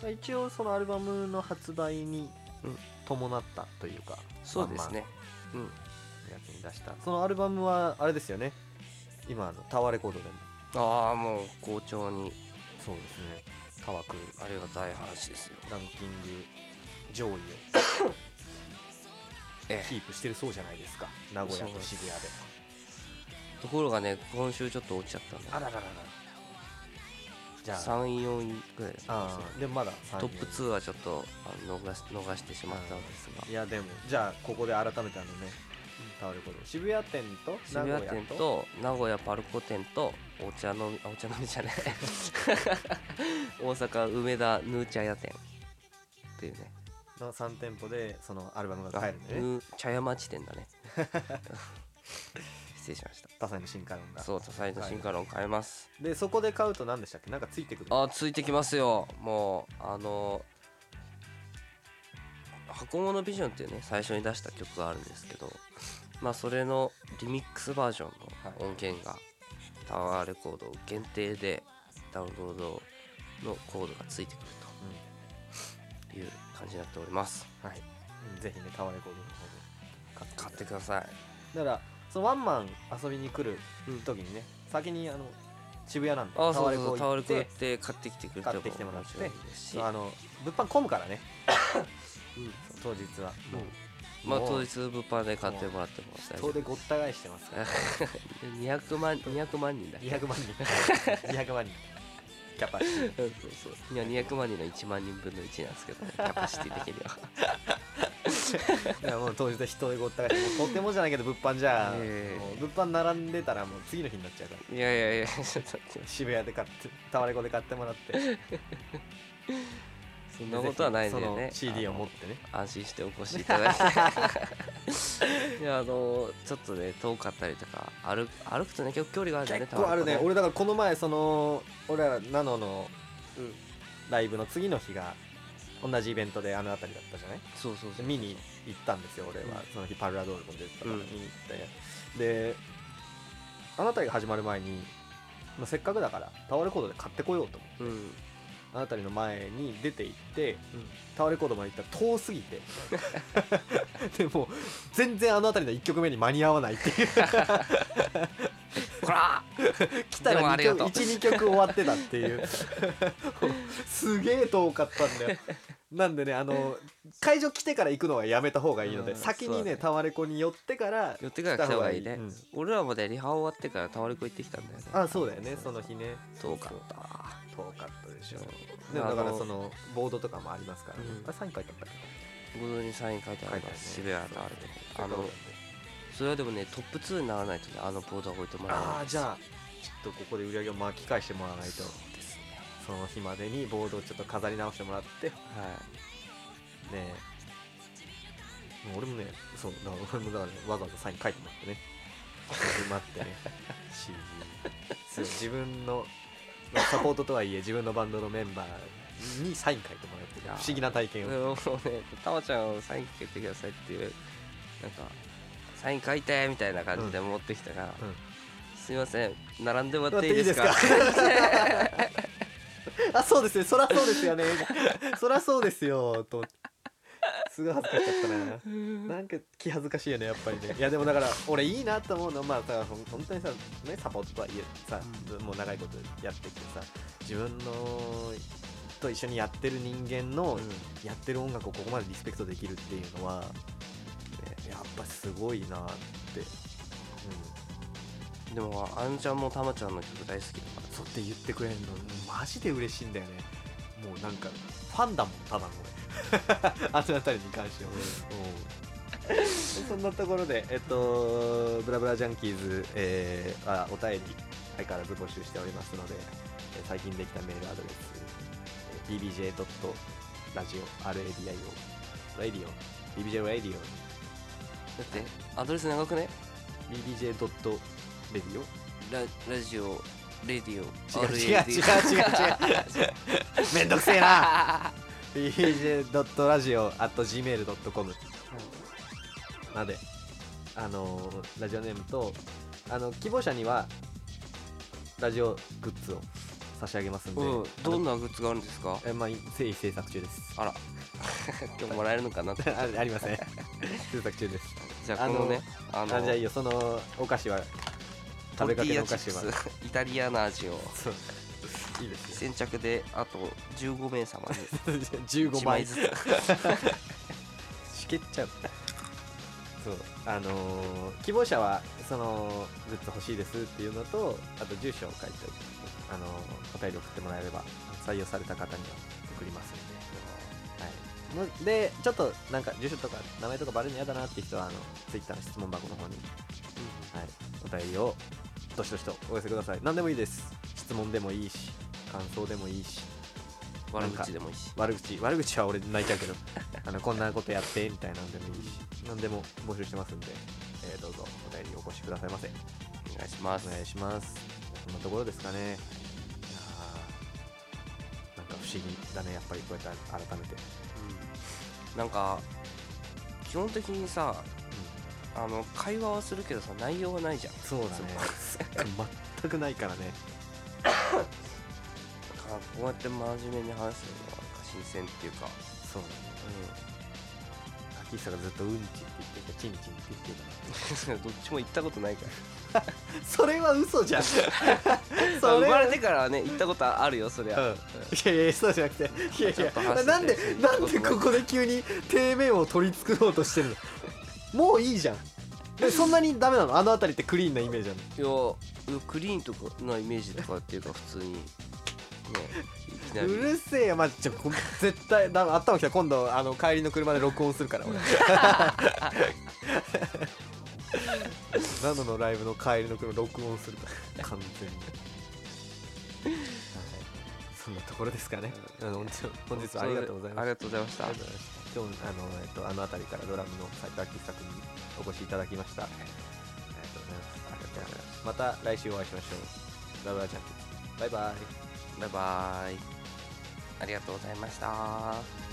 一応そのアルバムの発売に伴ったというか、 そうですね。 やつに出したそのアルバムはあれですよね。今タワーレコードでももう好調に。 そうですね。タワークありがたい話ですよ。 ランキング上位をキープしてるそうじゃないですか。名古屋と渋谷で。 ところがね今週ちょっと落ちちゃったんだ。 あらららら。じゃあ 3、4位ぐらいですね。 でもまだトップ2はちょっと逃してしまったんですが、 いやでもじゃあここで改めてねタワーレコード渋谷店と名古屋店と名古屋パルコ店とお茶のみじゃない大阪梅田ヌーチャヤ店っていうねの3店舗でそのアルバムが買えるんでね。 ヌー茶屋町店だね失礼しました。 多彩の進化論がそう多彩の進化論買えます。 でそこで買うと何でしたっけ、なんかついてくる。 ついてきますよ。もう箱物ビジョンっていうね最初に出した曲があるんですけど、まあそれのリミックスバージョンの音源がタワーレコード限定でダウンロードのコードがついてくるという感じになっております。 はい、ぜひねタワーレコードの方で買ってください。 だからそのワンマン遊びに来る時にね、先に渋谷なんでタワーレコタワーレコ行って行って買ってきてくれて買ってきてもらってもちろんいいですし、 物販混むからね当日はもうまあ当日物販で買ってもらっても大丈夫それでごった返してますから 200万人だっけ 200万人200万人キャパシティそういや200万人の1万人分の1なんですけど、ね、キャパシティ的にはいやもう当日は人でごった返してもうとてもじゃないけど物販じゃ、もう物販並んでたらもう次の日になっちゃうからいやちょっと待って渋谷で買ってタワーレコで買ってもらってそんなことはないんでね、 その CD を持ってね安心してお越しいただいていやちょっとね遠かったりとか歩くとね結構距離があるんだよね。 結構あるね。俺だからこの前俺らナノのライブの次の日が同じイベントで辺りだったじゃない。 そうで見に行ったんですよ俺は、その日パルラドールも出てたから見に行って、で辺りが始まる前に、まあ、せっかくだからタワーレコードで買ってこようと思って、辺りの前に出て行って、タワーレコードまで行ったら遠すぎてでも全然辺りの1曲目に間に合わないっていうほら来たら12曲終わってたっていうすげえ遠かったんだよ。なんでね会場来てから行くのはやめた方がいいので、先にねタワレコに寄ってから来た方がいいね。俺らもねリハ終わってからタワレコ行ってきたんだよね。 あ、そうだよね。その日ね遠かったでしょ。でもだからそのボードとかもありますからね。あれサイン書いてあったっけ。 ボードにサイン書いてあります。渋谷タワレコ。それはでもねトップ2にならないとねボードは置いてもらえない。 ああ、じゃあちょっとここで売り上げを巻き返してもらわないと。その日までにボードをちょっと飾り直してもらって、ねえ、俺もね、そうだから俺もだから、ね、わざわざサイン書いてもらってね、待ってねそう自分のサポートとはいえ自分のバンドのメンバーにサイン書いてもらって不思議な体験を。 もうね、たまちゃんサイン書いてくださいっていうなんかサイン書いてみたいな感じで持ってきたから、すいません並んでもらっていいですかあ、そうですね、そらそうですよねそらそうですよとすごい恥ずかしかったななんか気恥ずかしいよねやっぱりね。いやでもだから俺いいなと思うのまあだから本当にさ、ね、サポートとはいえさ、もう長いことやってきてさ、自分のと一緒にやってる人間のやってる音楽をここまでリスペクトできるっていうのは、ね、やっぱすごいなって。 でもあんちゃんもたまちゃんの曲大好きだから、 そうって言ってくれるのマジで嬉しいんだよね。もうなんかファンだもんただの俺あの辺りに関しては、そんなところでブラブラジャンキーズ、はお便り相変わらず募集しておりますので、最近できたメールアドレス、bbj.radio.radio だってアドレス長くね。 bbj.radio ラジオレディオ違うめんどくせえなbbj.radio@gmail.com までラジオネームと希望者にはラジオグッズを差し上げますんで。 どんなグッズがあるんですか。 まあ制作中です。 あら今日もらえるのかなってありません制作中です。 じゃあこのねじゃあいいよ、そのお菓子は食べかけのお菓子はイタリアの味をそういいですよ。 先着であと15名様に 15枚ずつしけっちゃう。そう希望者はそのグッズ欲しいですっていうのと、あと住所を書いてお便り送ってもらえれば採用された方には送りますので、はい、でちょっとなんか住所とか名前とかバレるの嫌だなっていう人はTwitter の質問箱の方に、はい、お便りをどしどしとお寄せください。何でもいいです。質問でもいいし感想でもいいし悪口でもいいし、 悪口は俺泣いちゃうけどこんなことやってみたいなんでもいいし、何でも募集してますんで、どうぞお便りお越しくださいませ。 お願いします。 お願いします。そんなところですかね。いやなんか不思議だねやっぱりこうやって改めて、 なんか本的にさ会話はするけどさ内容はないじゃん。 そうだね全くないからね。 だからこうやって真面目に話すのは新鮮っていうか。 そうだね。秋久がずっとうんちって言ってた、チンチンって言ってどっちも行ったことないかた。それは嘘じゃん。 ら生まれてからはね行ったことあるよそりゃ、 いやいやそうじゃなくて、いやいちょっと走ってやなんでここで急に底面を取り繕おうとしてるの。もういいじゃん。そんなにダメなの？あの辺りってクリーンなイメージあるの？ いやクリーンとかなイメージとかっていうか普通にねいきなうりるせえよ、マジ絶対だ頭きた。今度帰りの車で録音するから俺。ナノのライブの帰りの車録音するから完全に。はい、そんなところですかね。本日はありがとうございました。 ありがとうございました。 ありがとうございました。今日あの辺りからドラムの斉藤明久君にお越しいただきました。ありがとうございます。ありがとうございます。また来週お会いしましょう。バイバイちゃん。バイバイ。 バイバイ。ありがとうございました。